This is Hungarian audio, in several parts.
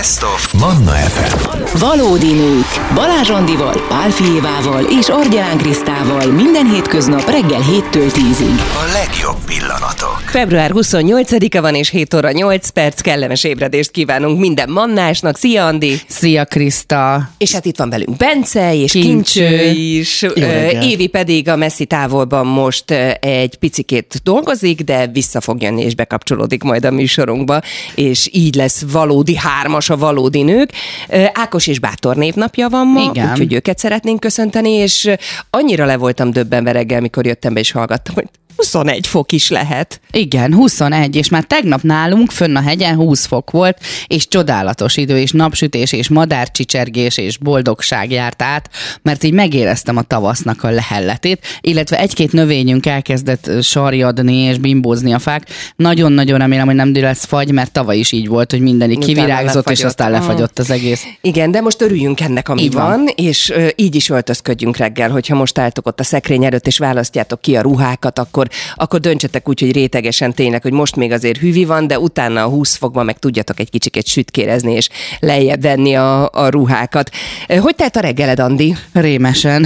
Best of Manna FM. Valódi nők. Balázs Andival, Pál Fijévával és Argyán Krisztával minden hétköznap reggel 7-től 10-ig. A legjobb pillanatok. Február 28-a van és 7 óra 8 perc. Kellemes ébredést kívánunk minden mannásnak. Szia, Andi! Szia, Kriszta! És hát itt van velünk Bence és Kincső is. Évi pedig a messzi távolban most egy picikét dolgozik, de vissza fog jönni és bekapcsolódik majd a műsorunkba, és így lesz valódi hármas a valódi nők. Ákos és Bátor névnapja van ma, úgyhogy őket szeretnénk köszönteni, és annyira le voltam döbbenve reggel, mikor jöttem be és hallgattam, hogy 21 fok is lehet. Igen, 21, és már tegnap nálunk fönn a hegyen 20 fok volt, és csodálatos idő, és napsütés, és madárcsicsergés, és boldogság járt át, mert így megéreztem a tavasznak a lehelletét, illetve egy-két növényünk elkezdett sarjadni és bimbózni a fák. Nagyon-nagyon remélem, hogy nem lesz fagy, mert tavaly is így volt, hogy minden kivirágzott, és aztán lefagyott az egész. Igen, de most örüljünk ennek, ami van, és így is öltözködjünk reggel, hogyha most álltok ott a szekrény előtt, és választjátok ki a ruhákat, akkor döntsetek úgy, hogy rétegesen tényleg, hogy most még azért hűvi van, de utána a 20 fokban meg tudjatok egy kicsit sütkérezni, és lejjebb venni a ruhákat. Hogy telt a reggeled, Andi? Rémesen.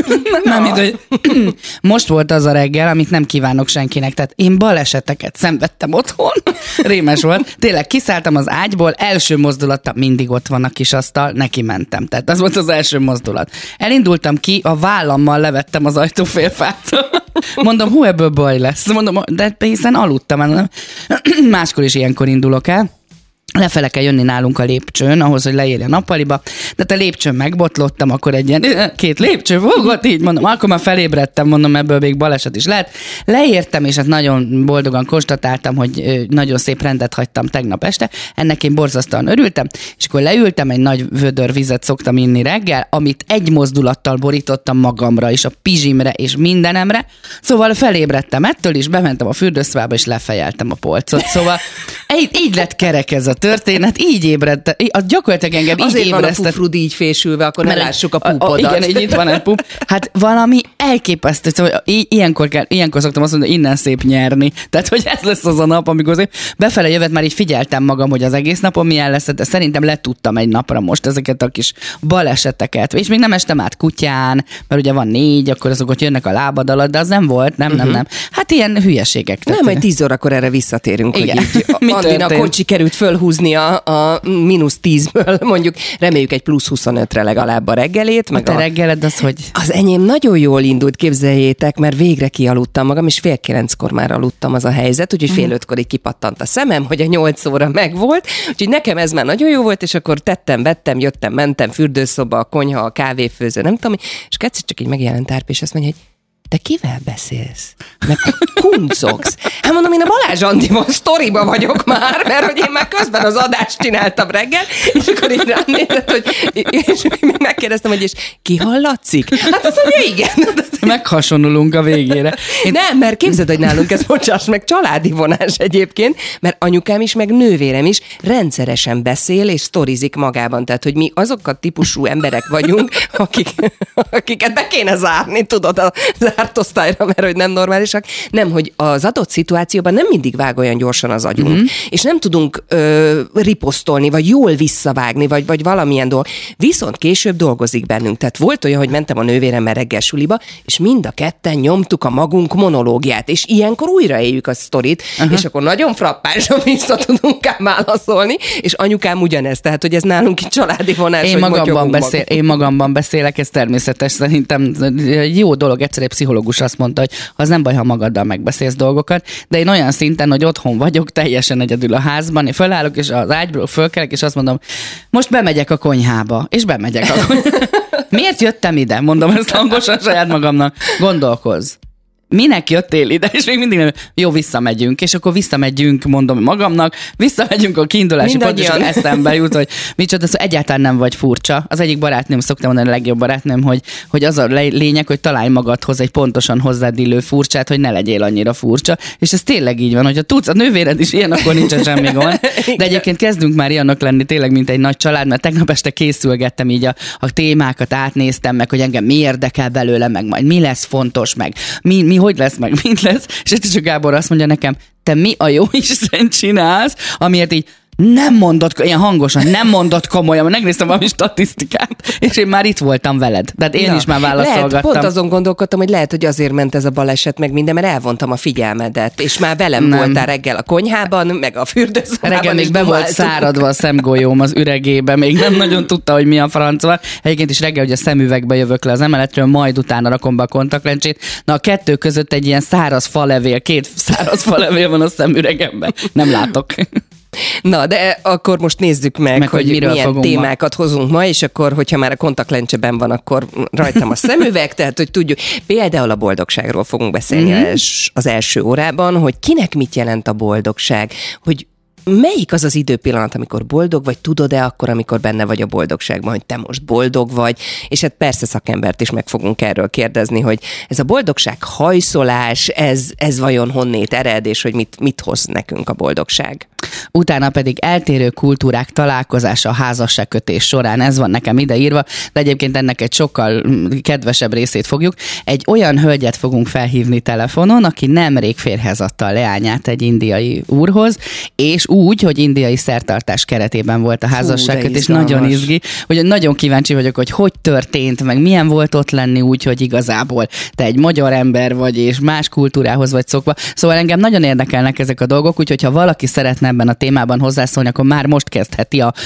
Most volt az a reggel, amit nem kívánok senkinek. Tehát én baleseteket szenvedtem otthon. Rémes volt. Tényleg kiszálltam az ágyból, első mozdulattal mindig ott van a kis asztal, neki mentem. Tehát az volt az első mozdulat. Elindultam ki, a vállammal levettem az ajtófélfát. Mondom, ebből baj lesz. Mondom, de hiszen aludtam. Máskor is ilyenkor indulok el. Lefele kell jönni nálunk a lépcsőn, ahhoz, hogy leérj a nappaliba. De a lépcsőn megbotlottam, akkor egy ilyen 2 lépcső fogott, így mondom, akkor már felébredtem, mondom, ebből még baleset is lehet. Leértem, és hát nagyon boldogan konstatáltam, hogy nagyon szép rendet hagytam tegnap este. Ennek én borzasztóan örültem, és akkor leültem, egy nagy vödör vizet szoktam inni reggel, amit egy mozdulattal borítottam magamra, és a pizsimre, és mindenemre. Szóval felébredtem ettől, és bementem a fürdőszobába, és lefejeltem a polcot. Szóval így lett kerek ez a történet, így ébredte, gyakorlatilag engem azért így ébresztett. Azért van a fufrud így fésülve, akkor ne lássuk a pupodat. Igen, így itt van egy pup. Hát valami elképesztő, szóval ilyenkor szoktam azt mondani, innen szép nyerni. Tehát, hogy ez lesz az a nap, amikor befele jövet, már így figyeltem magam, hogy az egész napon milyen lesz, de szerintem letudtam egy napra most ezeket a kis baleseteket. És még nem estem át kutyán, mert ugye van 4, akkor azok ott jönnek a lábad alatt, de az nem volt, nem. Hát ilyen hülyeségek. Nem, majd 10 órakor erre visszatérünk, igen. Hogy így Andinak hogy sikerült fölhúzni a -10-ből, mondjuk reméljük egy +25-re legalább a reggelét. Meg a te reggeled az, hogy... Az enyém nagyon jól indult, képzeljétek, mert végre kialudtam magam, és 8:30-kor már aludtam, az a helyzet, úgyhogy 4:30-kor így kipattant a szemem, hogy a 8 óra megvolt, úgyhogy nekem ez már nagyon jó volt, és akkor vettem, jöttem, mentem, fürdőszoba, a konyha, a kávéfőző, nem tudom, és egyszer csak így megjelent Árpi, és azt mondja, hogy te kivel beszélsz? Meg kuncogsz. Hát mondom, én a Balázs Andival sztoriba vagyok már, mert hogy én már közben az adást csináltam reggel, és akkor így rám nézett, hogy és megkérdeztem, hogy és ki hallatszik? Hát azt mondja, igen. Meghasonulunk a végére. Nem, mert képzeld, hogy nálunk ez, bocsáss meg, családi vonás egyébként, mert anyukám is, meg nővérem is rendszeresen beszél és sztorizik magában. Tehát, hogy mi azok a típusú emberek vagyunk, akiket be kéne zárni, tudod, a zárt osztályra, mert hogy nem normálisak. Nem, hogy az adott szituációban nem mindig vág olyan gyorsan az agyunk, és nem tudunk riposztolni, vagy jól visszavágni, vagy valamilyen dolog. Viszont később dolgozik bennünk. Tehát volt olyan, hogy mentem a nővéremmel reggel suliba, és mind a ketten nyomtuk a magunk monológiát, és ilyenkor újra éljük a sztorit, és akkor nagyon frappánsan vissza tudunk ám válaszolni, és anyukám ugyanezt, tehát, hogy ez nálunk itt családi vonás. Én magamban beszélek, ez természetes, szerintem jó dolog, egyszer egy pszichológus azt mondta, hogy az nem baj, ha magaddal megbeszélsz dolgokat, de én olyan szinten, hogy otthon vagyok, teljesen egyedül a házban, én fölállok, és az ágyból fölkelek, és azt mondom, most bemegyek a konyhába, és bemegyek a konyhába. Miért jöttem ide? Mondom ezt hangosan saját magamnak. Gondolkozz. Minek jöttél ide? És még mindig nem, jó, visszamegyünk. És akkor visszamegyünk, mondom magamnak, visszamegyünk a kiindulási pont, és eszembe jut, hogy micsoda, szóval egyáltalán nem vagy furcsa. Az egyik barátnőm, szoktam mondani, a legjobb barátnőm, hogy az a lényeg, hogy találj magadhoz egy pontosan hozzád illő furcsát, hogy ne legyél annyira furcsa. És ez tényleg így van, hogyha tudsz, a nővéred is ilyen, akkor nincsen semmi gond. De egyébként kezdünk már ilyenok lenni, tényleg, mint egy nagy család, mert tegnap este készülgettem így a témákat, átnéztem meg, hogy engem mi érdekel belőle, meg majd mi lesz fontos, meg mi hogy lesz, meg mint lesz, és egyszer csak Gábor azt mondja nekem, te mi a jó Isten csinálsz, amiért így Nem mondott, ilyen hangosan, nem mondott komolyan, megnéztem valami statisztikát, és én már itt voltam veled. Tehát én is már válaszolgattam. Lehet, pont azon gondolkodtam, hogy lehet, hogy azért ment ez a baleset meg minden, mert elvontam a figyelmedet, és már velem voltál reggel a konyhában, meg a fürdőszobában. Reggel még be volt száradva a szemgolyóm az üregébe, még nem nagyon tudta, hogy mi a franc van. Egyébként is reggel, hogy a szemüvegbe jövök le az emeletről, majd utána rakom be a kontaktlencsét. Na a kettő között egy ilyen száraz falevél, 2 száraz falevél van a szemüregemben. Nem látok. Na, de akkor most nézzük meg hogy milyen témákat hozunk ma, és akkor, hogyha már a kontaktlencseben van, akkor rajtam a szemüveg, tehát, hogy tudjuk. Például a boldogságról fogunk beszélni az első órában, hogy kinek mit jelent a boldogság, hogy melyik az az időpillanat, amikor boldog vagy, tudod-e akkor, amikor benne vagy a boldogságban, hogy te most boldog vagy, és hát persze szakembert is meg fogunk erről kérdezni, hogy ez a boldogság hajszolás, ez vajon honnét ered, és hogy mit hoz nekünk a boldogság. Utána pedig eltérő kultúrák találkozása a házasságkötés során, ez van nekem ideírva, de egyébként ennek egy sokkal kedvesebb részét fogjuk. Egy olyan hölgyet fogunk felhívni telefonon, aki nemrég férjhez adta a leányát egy indiai úrhoz, és úgy, hogy indiai szertartás keretében volt a házasságkötés, nagyon izgi, hogy nagyon kíváncsi vagyok, hogy történt, meg milyen volt ott lenni úgy, hogy igazából te egy magyar ember vagy, és más kultúrához vagy szokva. Szóval engem nagyon érdekelnek ezek a dolgok, úgyhogy ha valaki szeretne ebben a témában hozzászólni, akkor már most kezdheti a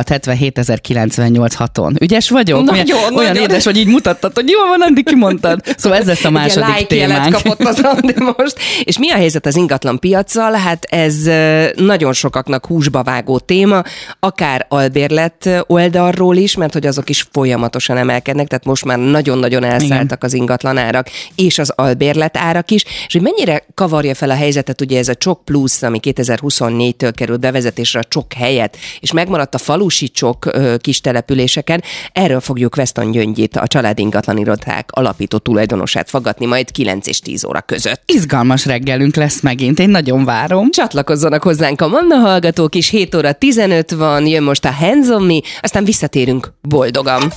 0677 Ügyes vagyok? Olyan édes, hogy így mutattad, hogy jó van, Andi, kimondtad. Szóval ez lesz a második témánk. Kapott az Andi most. És mi a helyzet az ingatlan piaccal? Hát ez nagyon sokaknak húsba vágó téma, akár albérlet oldalról is, mert hogy azok is folyamatosan emelkednek, tehát most már nagyon-nagyon elszálltak az ingatlanárak, és az albérlet árak is, és hogy mennyire kavarja fel a helyzetet, ugye ez a Csok Plusz, ami 2024-től került bevezetésre a csok helyett, és megmaradt a falusi csok kis településeken, erről fogjuk Weston Gyöngyit, a Családi Ingatlan Irodák alapító tulajdonosát faggatni majd 9 és 10 óra között. Izgalmas reggelünk lesz megint, én nagyon várom. Csatlakozzanak hozzánk a Manna hallgatók is, 7 óra 15 van, jön most a Hands on Me, aztán visszatérünk boldogan.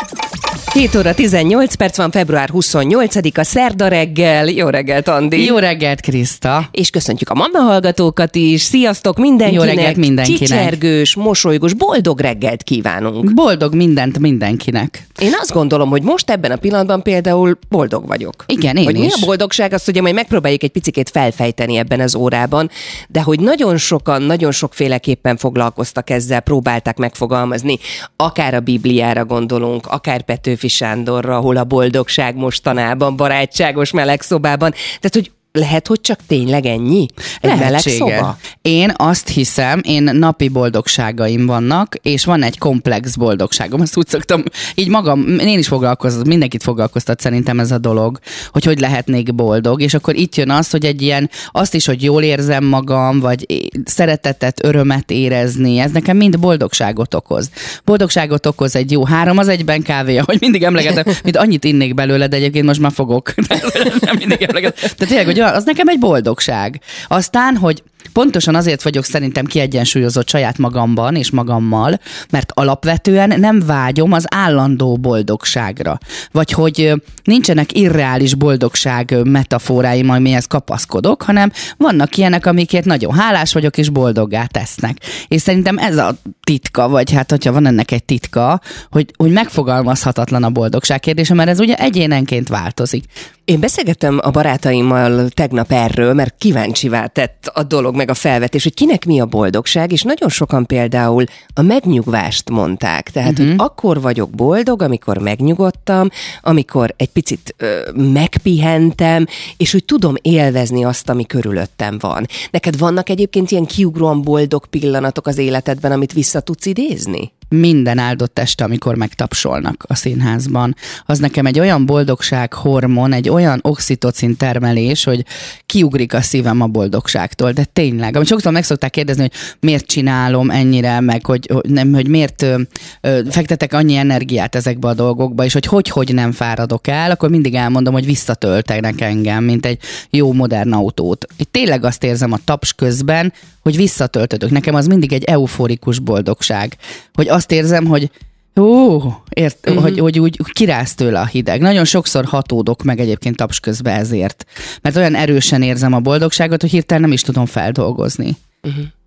7 óra 18 perc van, február 28-a, szerda reggel. Jó reggelt, Andi! Jó reggelt, Kriszta! És köszöntjük a Manna hallgatókat is. Sziasztok mindenkinek! Jó reggelt mindenkinek! Csicsergős, mosolygós, boldog reggelt kívánunk! Boldog mindent mindenkinek! Én azt gondolom, hogy most ebben a pillanatban például boldog vagyok. Igen, én hogy is. Mi a boldogság, azt ugye majd megpróbáljuk egy picikét felfejteni ebben az órában, de hogy nagyon sokan, nagyon sokféleképpen foglalkoztak ezzel, próbálták megfogalmazni, akár a Bibliára gondolunk, akár Petőfi Sándorra, hol a boldogság mostanában, barátságos meleg szobában. Tehát, hogy lehet, hogy csak tényleg ennyi? Egy meleg szoba? Én azt hiszem, én napi boldogságaim vannak, és van egy komplex boldogságom. Azt úgy szoktam, így magam, én is mindenkit foglalkoztat szerintem ez a dolog, hogy lehetnék boldog, és akkor itt jön az, hogy egy ilyen, azt is, hogy jól érzem magam, vagy szeretetet, örömet érezni, ez nekem mind boldogságot okoz. Boldogságot okoz egy jó 3 az 1-ben kávé, ahogy mindig emlegetem, mint annyit innék belőle, de egyébként most már fogok. Nem mindig emlegetem. De tényleg, hogy az nekem egy boldogság. Aztán, hogy pontosan azért vagyok szerintem kiegyensúlyozott saját magamban és magammal, mert alapvetően nem vágyom az állandó boldogságra. Vagy hogy nincsenek irreális boldogság metaforáim, amihez kapaszkodok, hanem vannak ilyenek, amikért nagyon hálás vagyok és boldoggá tesznek. És szerintem ez a titka, vagy hát, hogyha van ennek egy titka, hogy megfogalmazhatatlan a boldogság kérdése, mert ez ugye egyénenként változik. Én beszélgettem a barátaimmal tegnap erről, mert kíváncsivá tett a dolog meg a felvetés, hogy kinek mi a boldogság, és nagyon sokan például a megnyugvást mondták. Tehát, hogy akkor vagyok boldog, amikor megnyugodtam, amikor egy picit megpihentem, és hogy tudom élvezni azt, ami körülöttem van. Neked vannak egyébként ilyen kiugróan boldog pillanatok az életedben, amit vissza tudsz idézni? Minden áldott este, amikor megtapsolnak a színházban. Az nekem egy olyan boldogsághormon, egy olyan oxitocin termelés, hogy kiugrik a szívem a boldogságtól, de tényleg. Amit sokszor meg szokták kérdezni, hogy miért csinálom ennyire, meg hogy miért fektetek annyi energiát ezekbe a dolgokba, és hogy nem fáradok el, akkor mindig elmondom, hogy visszatöltenek engem, mint egy jó modern autót. Én tényleg azt érzem a taps közben, hogy visszatöltödök. Nekem az mindig egy euforikus boldogság, hogy azt érzem, hogy hogy úgy kiráz tőle a hideg. Nagyon sokszor hatódok meg egyébként taps közben ezért. Mert olyan erősen érzem a boldogságot, hogy hirtelen nem is tudom feldolgozni.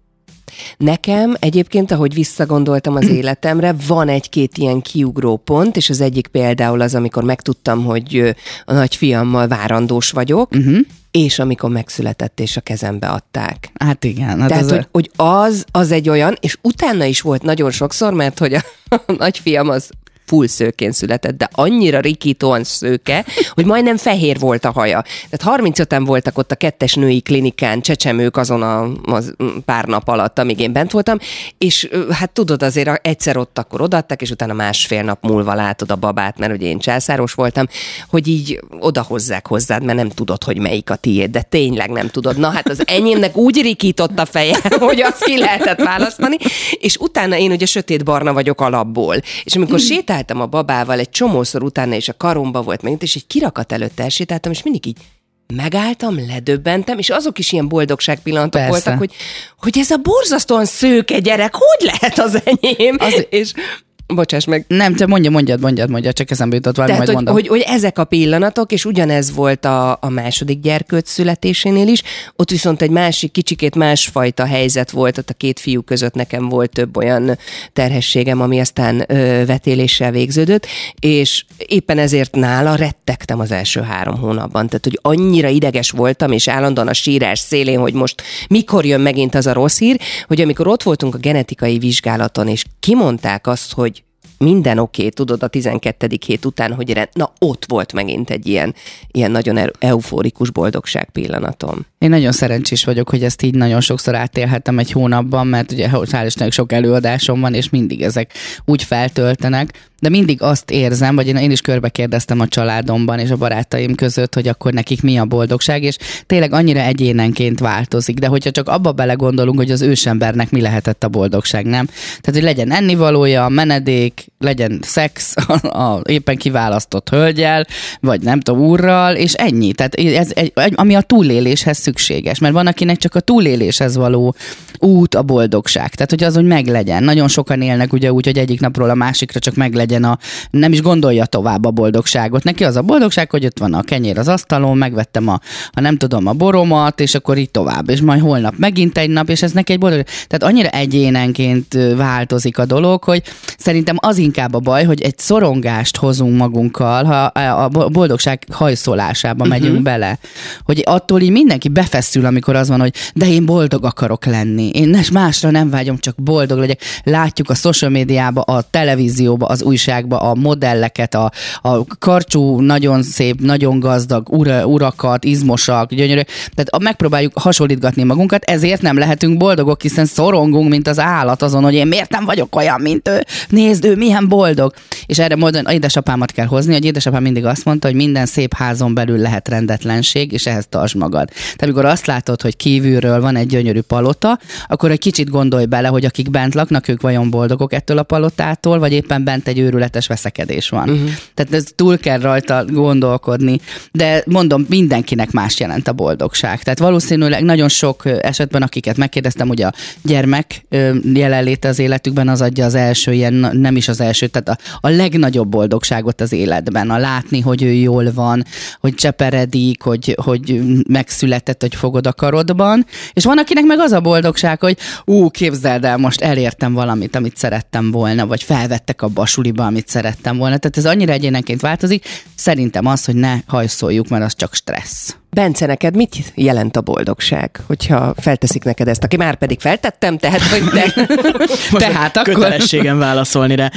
Nekem egyébként, ahogy visszagondoltam az életemre, van egy-két ilyen kiugró pont, és az egyik például az, amikor megtudtam, hogy a nagyfiammal várandós vagyok, és amikor megszületett, és a kezembe adták. Hát igen. Hát tehát, hogy az egy olyan, és utána is volt nagyon sokszor, mert hogy a nagyfiam az full szőkén született, de annyira rikítóan szőke, hogy majdnem fehér volt a haja. Tehát 35-en voltak ott a 2-es női klinikán, csecsemők azon a pár nap alatt, amíg én bent voltam, és hát tudod, azért egyszer ott akkor odaadtak, és utána másfél nap múlva látod a babát, mert ugye én császáros voltam, hogy így odahozzák hozzád, mert nem tudod, hogy melyik a tiéd, de tényleg nem tudod. Na hát az enyémnek úgy rikított a feje, hogy azt ki lehetett választani, és utána én ugye sötétbarna vagyok alapból. És amikor sétáltam a babával egy csomószor utána, és a karomba volt megint, és egy kirakat előtt elsétáltam, és mindig így megálltam, ledöbbentem, és azok is ilyen boldogság pillanatok voltak, hogy ez a borzasztóan szőke gyerek, hogy lehet az enyém? És bocsáss meg. Nem, te mondjad, csak eszembe jutott valami, majd mondom. Hogy ezek a pillanatok, és ugyanez volt a második gyerkőc születésénél is, ott viszont egy másik, kicsikét másfajta helyzet volt, ott a két fiú között nekem volt több olyan terhességem, ami aztán vetéléssel végződött, és éppen ezért nála rettegtem az első 3 hónapban, tehát hogy annyira ideges voltam, és állandóan a sírás szélén, hogy most mikor jön megint az a rossz hír, hogy amikor ott voltunk a genetikai vizsgálaton, és kimondták azt, hogy minden oké, tudod, a 12. hét után, hogy na ott volt megint egy ilyen nagyon euforikus boldogság pillanatom. Én nagyon szerencsés vagyok, hogy ezt így nagyon sokszor átélhettem egy hónapban, mert ugye hál' Istennek sok előadásom van, és mindig ezek úgy feltöltenek, de mindig azt érzem, vagy én is körbe kérdeztem a családomban és a barátaim között, hogy akkor nekik mi a boldogság, és tényleg annyira egyénenként változik, de hogyha csak abba belegondolunk, hogy az ősembernek mi lehetett a boldogság, nem? Tehát, hogy legyen ennivalója, menedék, legyen szex a éppen kiválasztott hölgyel, vagy nem tudom, úrral, és ennyi. Tehát ez ami a túléléshez szükséges, mert van, akinek csak a túléléshez való út a boldogság. Tehát, hogy az, hogy meglegyen. Nagyon sokan élnek ugye úgy, hogy egyik napról a másikra csak meglegyen nem is gondolja tovább a boldogságot. Neki az a boldogság, hogy ott van a kenyér az asztalon, megvettem a nem tudom, a boromat, és akkor így tovább. És majd holnap megint egy nap, és ez neki egy boldogság. Tehát annyira egyénenként változik a dolog, hogy szerintem az inkább a baj, hogy egy szorongást hozunk magunkkal, ha a boldogság hajszolásába megyünk bele. Hogy attól így mindenki befeszül, amikor az van, hogy de én boldog akarok lenni. Én másra nem vágyom, csak boldog legyek. Látjuk a social médiába, a televízióba, az újságba a modelleket, a karcsú, nagyon szép, nagyon gazdag urakat, izmosak, gyönyörű. Tehát megpróbáljuk hasonlítgatni magunkat, ezért nem lehetünk boldogok, hiszen szorongunk, mint az állat azon, hogy én miért nem vagyok olyan, mint ő. Nézd, ő milyen boldog. És erre módon édesapámat kell hozni, hogy édesapám mindig azt mondta, hogy minden szép házon belül lehet rendetlenség, és ehhez tartsd magad. Tehát amikor azt látod, hogy kívülről van egy gyönyörű palota, akkor egy kicsit gondolj bele, hogy akik bent laknak, ők vajon boldogok ettől a palotától, vagy éppen bent egy őrületes veszekedés van. Tehát ez túl kell rajta gondolkodni, de mondom, mindenkinek más jelent a boldogság. Tehát valószínűleg nagyon sok esetben, akiket megkérdeztem, hogy a gyermek jelenléte az életükben az adja az első ilyen, nem is az első, tehát a legnagyobb boldogságot az életben, a látni, hogy ő jól van, hogy cseperedik, hogy megszületett, hogy fogod a karodban, és van, akinek meg az a boldogság, hogy képzeld el, most elértem valamit, amit szerettem volna, vagy felvettek abba a suliba, amit szerettem volna. Tehát ez annyira egyénenként változik. Szerintem az, hogy ne hajszoljuk, mert az csak stressz. Bence, neked mit jelent a boldogság, hogyha felteszik neked ezt, aki már pedig feltettem, tehát, hogy te... Tehát akkor... Kötelességem válaszolni rá.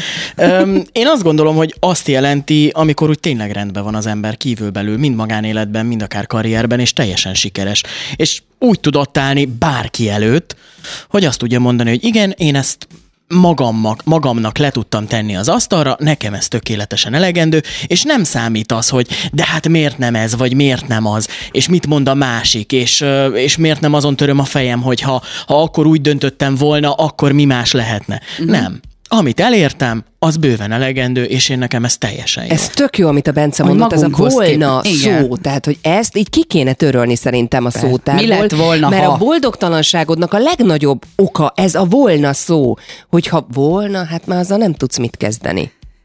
Én azt gondolom, hogy azt jelenti, amikor úgy tényleg rendben van az ember kívülbelül, mind magánéletben, mind akár karrierben, és teljesen sikeres. És úgy tud ott állni bárki előtt, hogy azt tudja mondani, hogy igen, én ezt magamnak le tudtam tenni az asztalra, nekem ez tökéletesen elegendő, és nem számít az, hogy de hát miért nem ez, vagy miért nem az, és mit mond a másik, és miért nem azon töröm a fejem, hogy ha akkor úgy döntöttem volna, akkor mi más lehetne. Nem. Amit elértem, az bőven elegendő, és én nekem ez teljesen jó. Ez tök jó, amit a Bence mondott, ez a volna szó. Tehát, hogy ezt így ki kéne törölni szerintem a szótárból. Mi lett volna, mert a boldogtalanságodnak a legnagyobb oka ez a volna szó. Hogyha volna, hát már azzal nem tudsz mit kezdeni.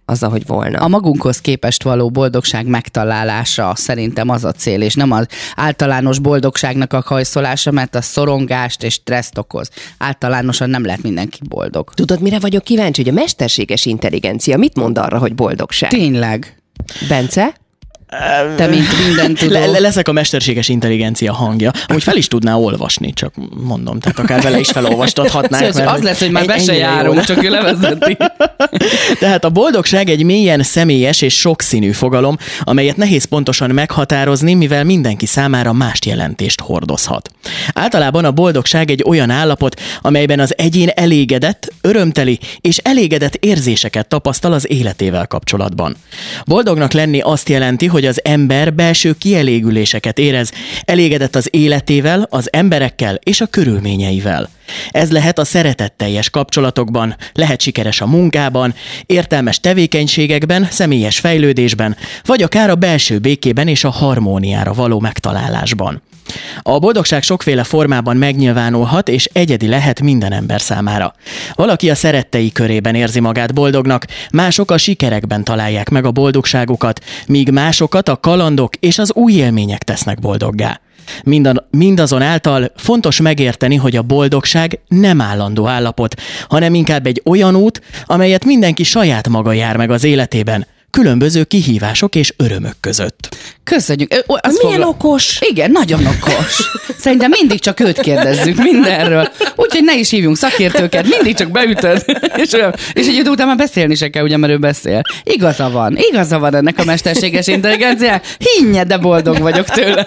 az, ahogy volna. A magunkhoz képest való boldogság megtalálása szerintem az a cél, és nem az általános boldogságnak a hajszolása, mert a szorongást és stresszt okoz. Általánosan nem lehet mindenki boldog. Tudod, mire vagyok kíváncsi, hogy a mesterséges intelligencia mit mond arra, hogy boldogság? Tényleg. Bence? Te mint minden tudó. Leszek a mesterséges intelligencia hangja. Amúgy fel is tudná olvasni, csak mondom, tehát akár vele is felolvastathatnánk. Szóval az lesz, hogy már be se járunk, csak ő levezeti. Tehát a boldogság egy mélyen személyes és sokszínű fogalom, amelyet nehéz pontosan meghatározni, mivel mindenki számára más jelentést hordozhat. Általában a boldogság egy olyan állapot, amelyben az egyén elégedett, örömteli és elégedett érzéseket tapasztal az életével kapcsolatban. Boldognak lenni azt jelenti, hogy az ember belső kielégüléseket érez, elégedett az életével, az emberekkel és a körülményeivel. Ez lehet a szeretetteljes kapcsolatokban, lehet sikeres a munkában, értelmes tevékenységekben, személyes fejlődésben, vagy akár a belső békében és a harmóniára való megtalálásban. A boldogság sokféle formában megnyilvánulhat, és egyedi lehet minden ember számára. Valaki a szerettei körében érzi magát boldognak, mások a sikerekben találják meg a boldogságukat, míg másokat a kalandok és az új élmények tesznek boldoggá. Mindazonáltal fontos megérteni, hogy a boldogság nem állandó állapot, hanem inkább egy olyan út, amelyet mindenki saját maga jár meg az életében, különböző kihívások és örömök között. Köszönjük. Milyen okos? Igen, nagyon okos. Szerintem mindig csak őt kérdezzük mindenről. Úgyhogy ne is hívjunk szakértőket, mindig csak beütöd. És egy idő után már beszélni se kell, ugye, mert ő beszél. Igaza van ennek a mesterséges intelligenciának. Hinnyed, de boldog vagyok tőle.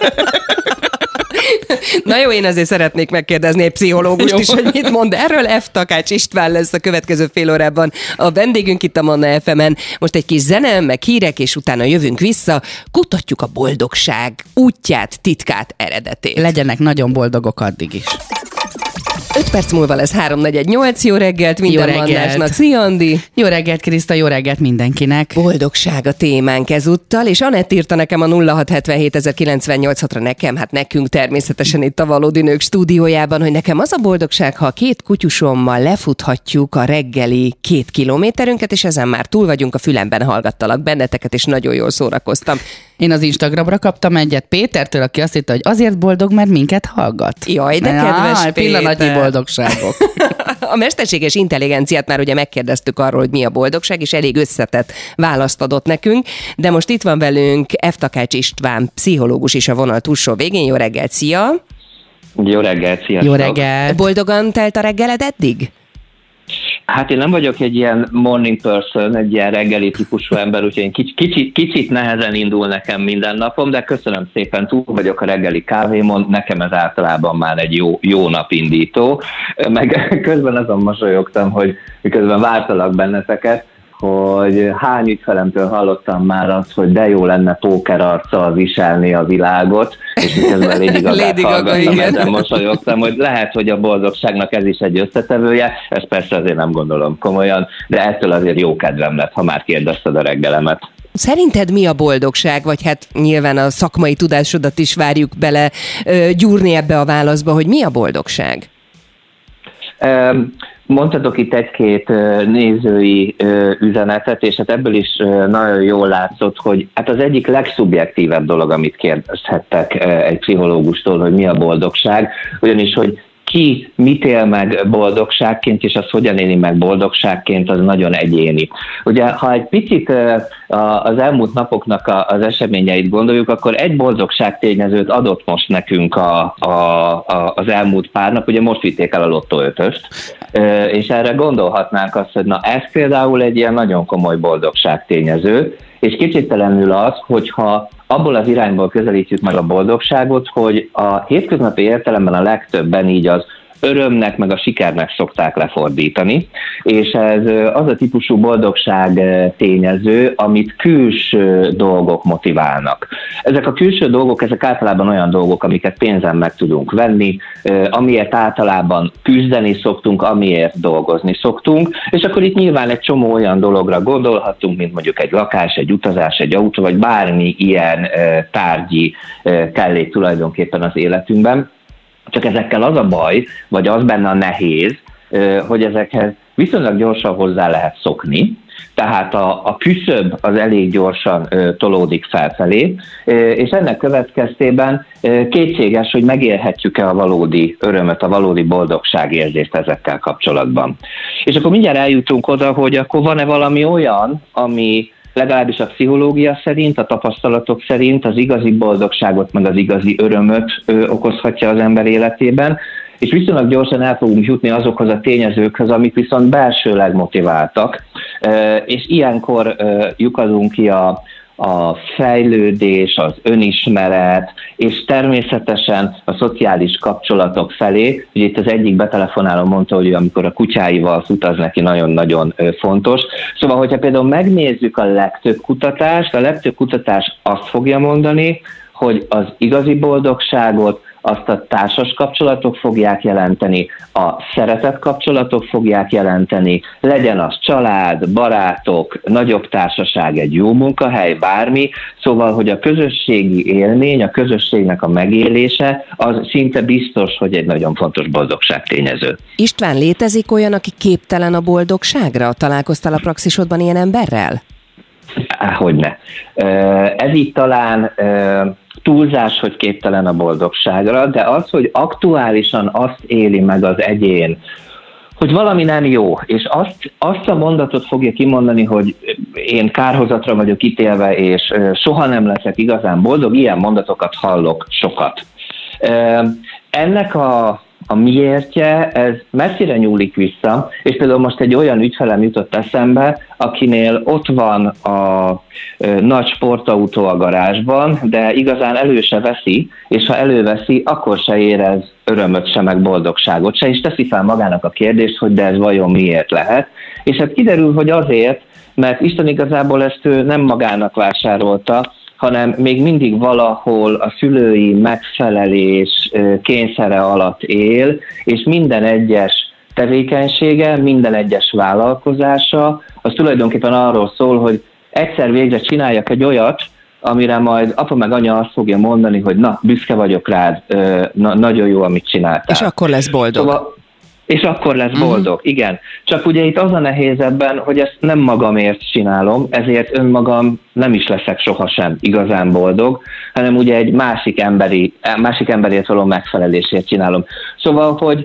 Na jó, én azért szeretnék megkérdezni egy pszichológust is, hogy mit mond erről. F. Takács István lesz a következő fél órában a vendégünk itt a Manna FM-en. Most egy kis zene, meg hírek, és utána jövünk vissza. Kutatjuk a boldogság útját, titkát, eredetét. Legyenek nagyon boldogok addig is. 5 perc múlva lesz 3-4-8. Jó reggelt minden Mannásnak. Szia, Andi! Jó reggelt, Kriszta, jó reggelt mindenkinek. Boldogság a témánk ezúttal, és Anett írta nekem a 0677 nekem, hát nekünk természetesen itt a Valódi Nők stúdiójában, hogy nekem az a boldogság, ha a 2 kutyusommal lefuthatjuk a reggeli 2 kilométerünket, és ezen már túl vagyunk, a fülemben hallgattalak benneteket, és nagyon jól szórakoztam. Én az Instagramra kaptam egyet Pétertől, aki azt hitte, hogy azért boldog, mert minket hallgat. Jaj, de kedves Péter! Pillanatnyi boldogságok. A mesterséges intelligenciát már ugye megkérdeztük arról, hogy mi a boldogság, és elég összetett választ adott nekünk, de most itt van velünk F. Takács István, pszichológus is a vonal túlsó végén. Jó reggelt, szia! Jó reggelt, sziasztok! Jó reggelt! Boldogan telt a reggeled eddig? Hát én nem vagyok egy ilyen morning person, egy ilyen reggeli típusú ember, úgyhogy én kicsit nehezen indul nekem minden napom, de köszönöm szépen, túl vagyok a reggeli kávémon, nekem ez általában már egy jó napindító. Meg közben azon mosolyogtam, hogy miközben vártalak benneteket, hogy hány ügyfelemtől hallottam már azt, hogy de jó lenne pókerarccal viselni a világot, és miközben Lady Gagát hallgattam, ezen mosolyogtam, hogy lehet, hogy a boldogságnak ez is egy összetevője, ezt persze azért nem gondolom komolyan, de ettől azért jó kedvem lett, ha már kérdezted a reggelemet. Szerinted mi a boldogság, vagy hát nyilván a szakmai tudásodat is várjuk bele gyúrni ebbe a válaszba, hogy mi a boldogság? Mondhatok itt egy-két nézői üzenetet, és hát ebből is nagyon jól látszott, hogy hát az egyik legszubjektívebb dolog, amit kérdezhettek egy pszichológustól, hogy mi a boldogság, ugyanis, hogy ki mit él meg boldogságként, és az hogyan éli meg boldogságként, az nagyon egyéni. Ugye, ha egy picit az elmúlt napoknak az eseményeit gondoljuk, akkor egy boldogságtényezőt adott most nekünk az elmúlt pár nap, ugye most vitték el a Lottó 5-öst, és erre gondolhatnánk azt, hogy na ez például egy ilyen nagyon komoly boldogságtényező, és kétségtelenül az, hogyha abból az irányból közelítjük meg a boldogságot, hogy a hétköznapi értelemben a legtöbben így az örömnek, meg a sikernek szokták lefordítani, és ez az a típusú boldogság tényező, amit külső dolgok motiválnak. Ezek a külső dolgok, ezek általában olyan dolgok, amiket pénzen meg tudunk venni, amiért általában küzdeni szoktunk, amiért dolgozni szoktunk, és akkor itt nyilván egy csomó olyan dologra gondolhatunk, mint mondjuk egy lakás, egy utazás, egy autó, vagy bármi ilyen tárgyi kellék tulajdonképpen az életünkben. Csak ezekkel az a baj, vagy az benne a nehéz, hogy ezekhez viszonylag gyorsan hozzá lehet szokni, Tehát a küszöb az elég gyorsan tolódik felfelé, és ennek következtében kétséges, hogy megélhetjük-e a valódi örömöt, a valódi boldogságérzést ezekkel kapcsolatban. És akkor mindjárt eljutunk oda, hogy akkor van-e valami olyan, ami legalábbis a pszichológia szerint, a tapasztalatok szerint az igazi boldogságot, meg az igazi örömöt okozhatja az ember életében, és viszonylag gyorsan el fogunk jutni azokhoz a tényezőkhöz, amik viszont belsőleg motiváltak, és ilyenkor lyukadunk ki a fejlődés, az önismeret, és természetesen a szociális kapcsolatok felé. Ugye itt az egyik betelefonáló mondta, hogy amikor a kutyáival fut, az neki nagyon-nagyon fontos. Szóval, hogyha például megnézzük a legtöbb kutatás azt fogja mondani, hogy az igazi boldogságot azt a társas kapcsolatok fogják jelenteni, a szeretett kapcsolatok fogják jelenteni, legyen az család, barátok, nagyobb társaság, egy jó munkahely, bármi, szóval, hogy a közösségi élmény, a közösségnek a megélése, az szinte biztos, hogy egy nagyon fontos boldogságtényező. István, létezik olyan, aki képtelen a boldogságra? Találkoztál a praxisodban ilyen emberrel? Hogyne. Ez itt talán túlzás, hogy képtelen a boldogságra, de az, hogy aktuálisan azt éli meg az egyén, hogy valami nem jó, és azt a mondatot fogja kimondani, hogy én kárhozatra vagyok ítélve, és soha nem leszek igazán boldog, ilyen mondatokat hallok sokat. Ennek a miértje, ez messzire nyúlik vissza, és például most egy olyan ügyfelem jutott eszembe, akinél ott van a nagy sportautó a garázsban, de igazán elő se veszi, és ha előveszi, akkor se érez örömöt se, meg boldogságot se, és teszi fel magának a kérdést, hogy de ez vajon miért lehet. És hát kiderül, hogy azért, mert Isten igazából ezt ő nem magának vásárolta, hanem még mindig valahol a szülői megfelelés kényszere alatt él, és minden egyes tevékenysége, minden egyes vállalkozása, az tulajdonképpen arról szól, hogy egyszer végre csináljak egy olyat, amire majd apa meg anya azt fogja mondani, hogy na, büszke vagyok rád, nagyon jó, amit csináltál. És akkor lesz boldog. Szóval, és akkor lesz boldog, igen. Csak ugye itt az a nehéz ebben, hogy ezt nem magamért csinálom, ezért önmagam nem is leszek sohasem igazán boldog, hanem ugye egy másik emberért való megfelelésért csinálom. Szóval, hogy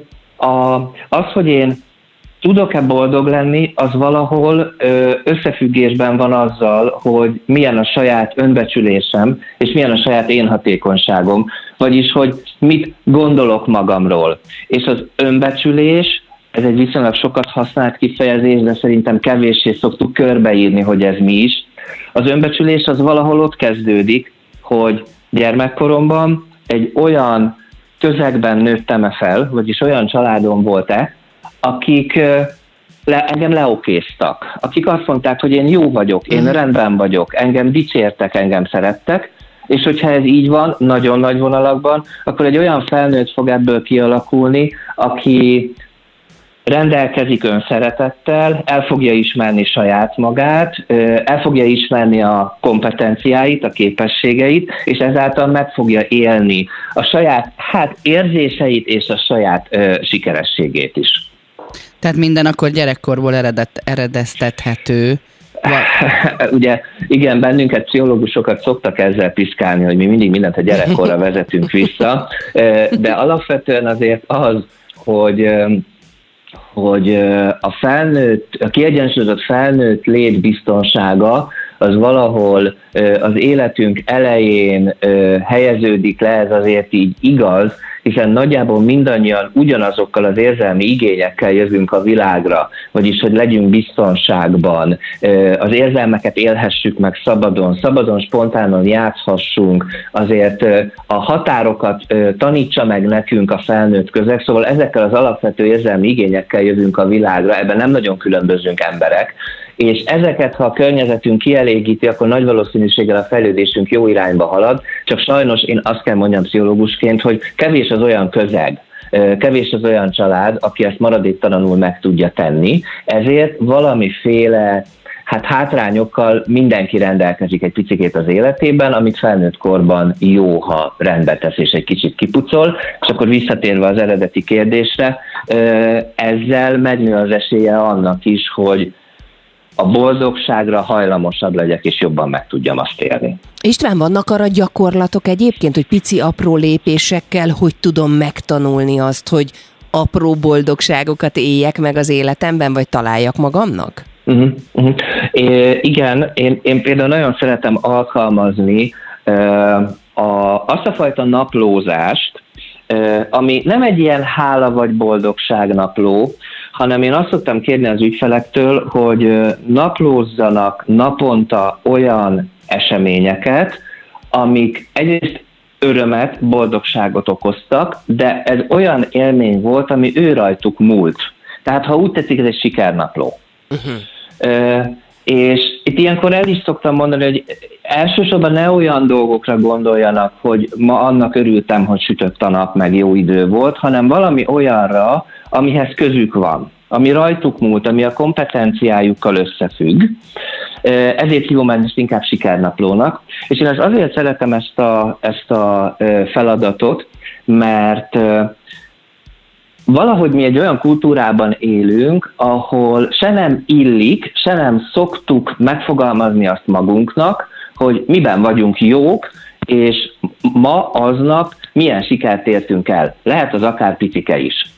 az, hogy én tudok-e boldog lenni, az valahol összefüggésben van azzal, hogy milyen a saját önbecsülésem, és milyen a saját én hatékonyságom, vagyis, hogy mit gondolok magamról. És az önbecsülés, ez egy viszonylag sokat használt kifejezés, de szerintem kevéssé szoktuk körbeírni, hogy ez mi is. Az önbecsülés az valahol ott kezdődik, hogy gyermekkoromban egy olyan közegben nőttem fel, vagyis olyan családom volt-e, akik engem leokéztak, akik azt mondták, hogy én jó vagyok, én rendben vagyok, engem dicsértek, engem szerettek, és hogyha ez így van, nagyon nagy vonalakban, akkor egy olyan felnőtt fog ebből kialakulni, aki rendelkezik önszeretettel, el fogja ismerni saját magát, el fogja ismerni a kompetenciáit, a képességeit, és ezáltal meg fogja élni a saját érzéseit és a saját sikerességét is. Tehát minden akkor gyerekkorból eredeztethető. Ugye igen, bennünket pszichológusokat szoktak ezzel piszkálni, hogy mi mindig mindent a gyerekkorra vezetünk vissza, de alapvetően azért az, hogy a kiegyensúlyozott felnőtt létbiztonsága az valahol az életünk elején helyeződik le, ez azért így igaz, hiszen nagyjából mindannyian ugyanazokkal az érzelmi igényekkel jövünk a világra, vagyis, hogy legyünk biztonságban, az érzelmeket élhessük meg szabadon, spontánon játszhassunk, azért a határokat tanítsa meg nekünk a felnőtt közeg, szóval ezekkel az alapvető érzelmi igényekkel jövünk a világra, ebben nem nagyon különbözünk emberek, és ezeket, ha a környezetünk kielégíti, akkor nagy valószínűséggel a fejlődésünk jó irányba halad, csak sajnos én azt kell mondjam pszichológusként, hogy kevés az olyan közeg, kevés az olyan család, aki ezt maradéktalanul meg tudja tenni, ezért valamiféle hátrányokkal mindenki rendelkezik egy picikét az életében, amit felnőtt korban jó, ha rendbe tesz és egy kicsit kipucol, és akkor visszatérve az eredeti kérdésre, ezzel megnő az esélye annak is, hogy a boldogságra hajlamosabb legyek, és jobban meg tudjam azt élni. István, vannak arra gyakorlatok egyébként, hogy pici apró lépésekkel hogy tudom megtanulni azt, hogy apró boldogságokat éljek meg az életemben, vagy találjak magamnak? Igen, én például nagyon szeretem alkalmazni azt a fajta naplózást, ami nem egy ilyen hála vagy boldogság napló, hanem én azt szoktam kérni az ügyfelektől, hogy naplózzanak naponta olyan eseményeket, amik egyrészt örömet, boldogságot okoztak, de ez olyan élmény volt, ami ő rajtuk múlt. Tehát ha úgy tetszik, ez egy sikernapló. És itt ilyenkor el is szoktam mondani, hogy elsősorban ne olyan dolgokra gondoljanak, hogy ma annak örültem, hogy sütött a nap, meg jó idő volt, hanem valami olyanra, amihez közük van, ami rajtuk múlt, ami a kompetenciájukkal összefügg. Ezért hívom ezt inkább sikernaplónak. És én azért szeretem ezt a feladatot, mert valahogy mi egy olyan kultúrában élünk, ahol se nem illik, se nem szoktuk megfogalmazni azt magunknak, hogy miben vagyunk jók, és ma, aznap milyen sikert értünk el. Lehet az akár picike is.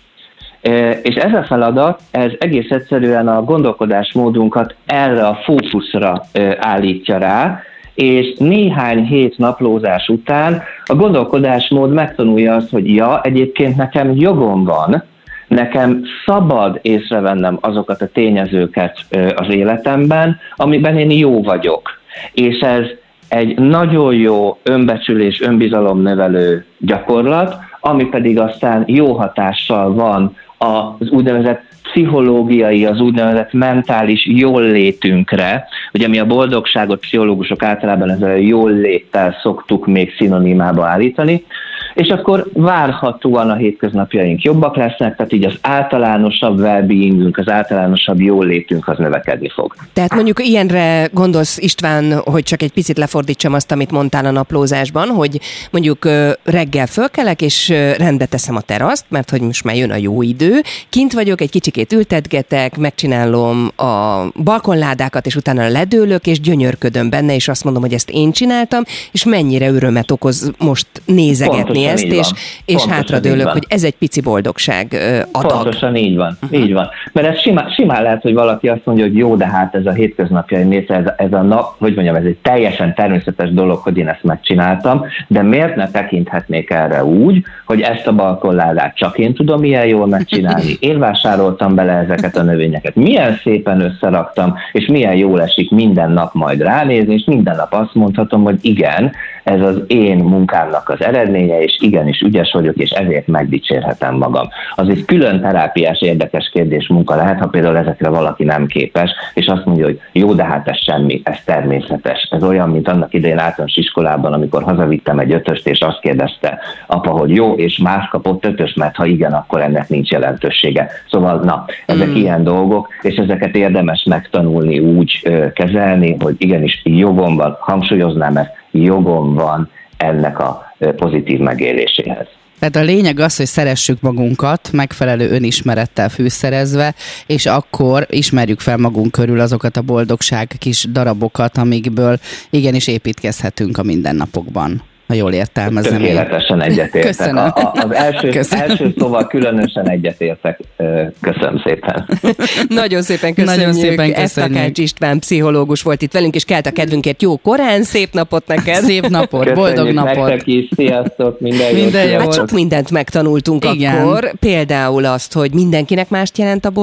És ez a feladat, ez egész egyszerűen a gondolkodásmódunkat erre a fókuszra állítja rá, és néhány hét naplózás után a gondolkodásmód megtanulja azt, hogy ja, egyébként nekem jogom van, nekem szabad észrevennem azokat a tényezőket az életemben, amiben én jó vagyok. És ez egy nagyon jó önbecsülés, önbizalomnövelő gyakorlat, ami pedig aztán jó hatással van az úgynevezett pszichológiai, az úgynevezett mentális jóllétünkre. Ugye mi a boldogságot pszichológusok általában ezzel a jólléttel szoktuk még szinonimába állítani, és akkor várhatóan a hétköznapjaink jobbak lesznek, tehát így az általánosabb well-beingünk, az általánosabb jóllétünk az növekedni fog. Tehát mondjuk ilyenre gondolsz, István, hogy csak egy picit lefordítsam azt, amit mondtál a naplózásban, hogy mondjuk reggel fölkelek, és rendbe teszem a teraszt, mert hogy most már jön a jó idő, kint vagyok, egy kicsikét ültetgetek, megcsinálom a balkonládákat, és utána ledőlök, és gyönyörködöm benne, és azt mondom, hogy ezt én csináltam, és mennyire örömet okoz most nézegetni ezt, és hátradőlök, hogy ez egy pici boldogság adag. Pontosan így van. Így van. Mert ez simán lehet, hogy valaki azt mondja, hogy jó, de hát ez a hétköznapjaim része, ez a nap, hogy mondjam, ez egy teljesen természetes dolog, hogy én ezt megcsináltam, de miért ne tekinthetnék erre úgy, hogy ezt a balkonládát csak én tudom ilyen jól megcsinálni. Én vásároltam bele ezeket a növényeket, milyen szépen összeraktam, és milyen jól esik minden nap majd ránézni, és minden nap azt mondhatom, hogy igen, ez az én munkámnak az eredménye, és igenis ügyes vagyok, és ezért megdicsérhetem magam. Az egy külön terápiás, érdekes kérdés munka lehet, ha például ezekre valaki nem képes, és azt mondja, hogy jó, de hát ez semmi, ez természetes. Ez olyan, mint annak idején általános iskolában, amikor hazavittem egy 5-öst, és azt kérdezte apa, hogy jó, és más kapott 5-ös, mert ha igen, akkor ennek nincs jelentősége. Szóval, na, ezek ilyen dolgok, és ezeket érdemes megtanulni úgy kezelni, hogy igenis jogom van, hangsúlyoznám ezt, jogom van ennek a pozitív megéléséhez. Tehát a lényeg az, hogy szeressük magunkat, megfelelő önismerettel fűszerezve, és akkor ismerjük fel magunk körül azokat a boldogság kis darabokat, amikből igenis építkezhetünk a mindennapokban. Ha jól értelmezem. Tökéletesen egyetértek. Köszönöm. Az első szóval különösen egyetértek. Köszönöm szépen. Nagyon szépen köszönjük. Nagyon szépen ezt Takács István pszichológus volt itt velünk, és kelt a kedvünkért jó korán, szép napot neked. Szép napot, köszönjük, boldog napot. nektek is, sziasztok, minden jó. Hát sok mindent megtanultunk. Igen. Akkor. Például azt, hogy mindenkinek mást jelent a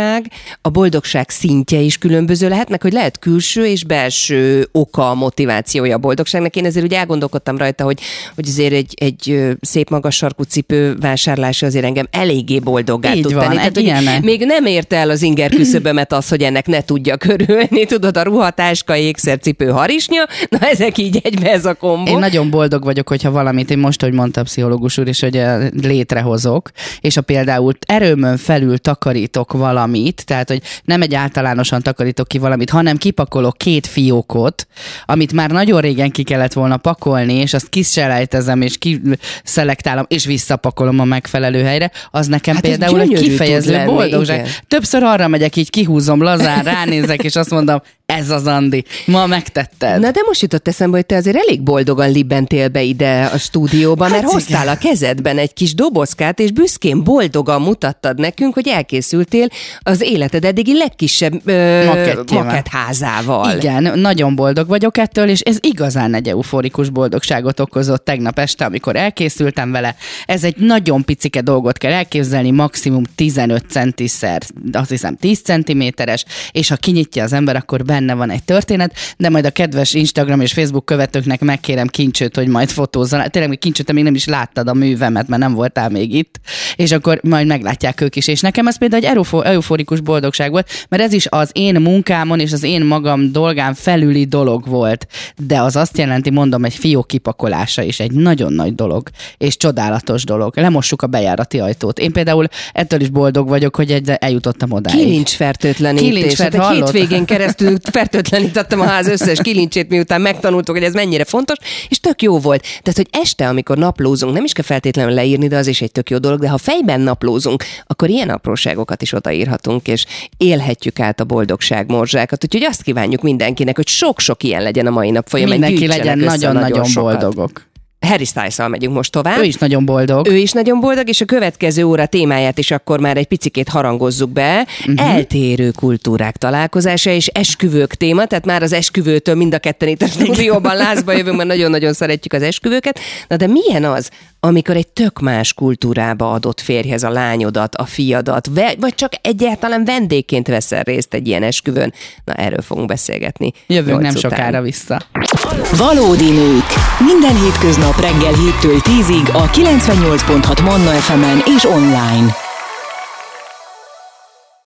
boldogság szintje is különböző lehet, meg hogy lehet külső és belső oka, motivációja a boldogságnak. Én ezért úgy elgondolkodtam rajta, hogy azért egy szép magas sarkú cipő vásárlása azért engem eléggé boldoggá tud tenni. Tehát, még nem érte el az inger küszöbömet az, hogy ennek ne tudja körülni. Tudod, a ruhatáska, ékszercipő, harisnya, na ezek így egybe ez a kombó. Én nagyon boldog vagyok, hogyha valamit, én most, hogy mondta a pszichológus úr is, hogy létrehozok, és ha például erőmön felül takarítok valamit, tehát, hogy nem egy általánosan takarítok ki valamit, hanem kipakolok 2 fiókot, amit már nagyon régen ki kellett volna pakolni, és azt azt kiselejtezem, és kiszelektálom, és visszapakolom a megfelelő helyre, az nekem például egy kifejező boldogság. Igen. Többször arra megyek, így kihúzom lazán, ránézek, és azt mondom, ez az Andi, ma megtetted. Na de most jutott eszembe, hogy te azért elég boldogan libbentél be ide a stúdióba, mert hoztál a kezedben egy kis dobozkát, és büszkén boldogan mutattad nekünk, hogy elkészültél az életed eddigi legkisebb maketházával. Igen, nagyon boldog vagyok ettől, és ez igazán egy euforikus boldogságot okozott tegnap este, amikor elkészültem vele. Ez egy nagyon picike dolgot kell elképzelni, maximum 15 centiszer, azt hiszem 10 centiméteres, és ha kinyitja az ember, akkor benne van egy történet, de majd a kedves Instagram és Facebook követőknek megkérem Kincsőt, hogy majd fotózzon. Tényleg Kincső, te még nem is láttad a művemet, mert nem voltál még itt, és akkor majd meglátják ők is. És nekem ez például egy euforikus boldogság volt, mert ez is az én munkámon és az én magam dolgán felüli dolog volt. De az azt jelenti, mondom, egy fiók kipakolása is egy nagyon nagy dolog, és csodálatos dolog. Lemossuk a bejárati ajtót. Én például ettől is boldog vagyok, hogy eljutottam odáig. Kilincsfertőtlenítés. Egy hétvégén keresztül fertőtlenítottam a ház összes kilincsét, miután megtanultuk, hogy ez mennyire fontos, és tök jó volt. Tehát, hogy este, amikor naplózunk, nem is kell feltétlenül leírni, de az is egy tök jó dolog, de ha fejben naplózunk, akkor ilyen apróságokat is odaírhatunk, és élhetjük át a boldogság morzsákat. Úgyhogy azt kívánjuk mindenkinek, hogy sok-sok ilyen legyen a mai nap folyamán. Mindenki legyen nagyon-nagyon boldogok. Harry Styles-szal megyünk most tovább. Ő is nagyon boldog. És a következő óra témáját is akkor már egy picikét harangozzuk be. Eltérő kultúrák találkozása és esküvők téma, tehát már az esküvőtől mind a ketten itt a stúdióban lázba jövünk, mert nagyon-nagyon szeretjük az esküvőket. Na de milyen az, amikor egy tök más kultúrába adott férjhez a lányodat, a fiadat, vagy csak egyáltalán vendégként veszel részt egy ilyen esküvőn? Na, erről fogunk beszélgetni. Jövünk nem sokára vissza. Valódi nők. Minden hétköznap reggel 7-től 10-ig a 98.6 Manna FM-en és online.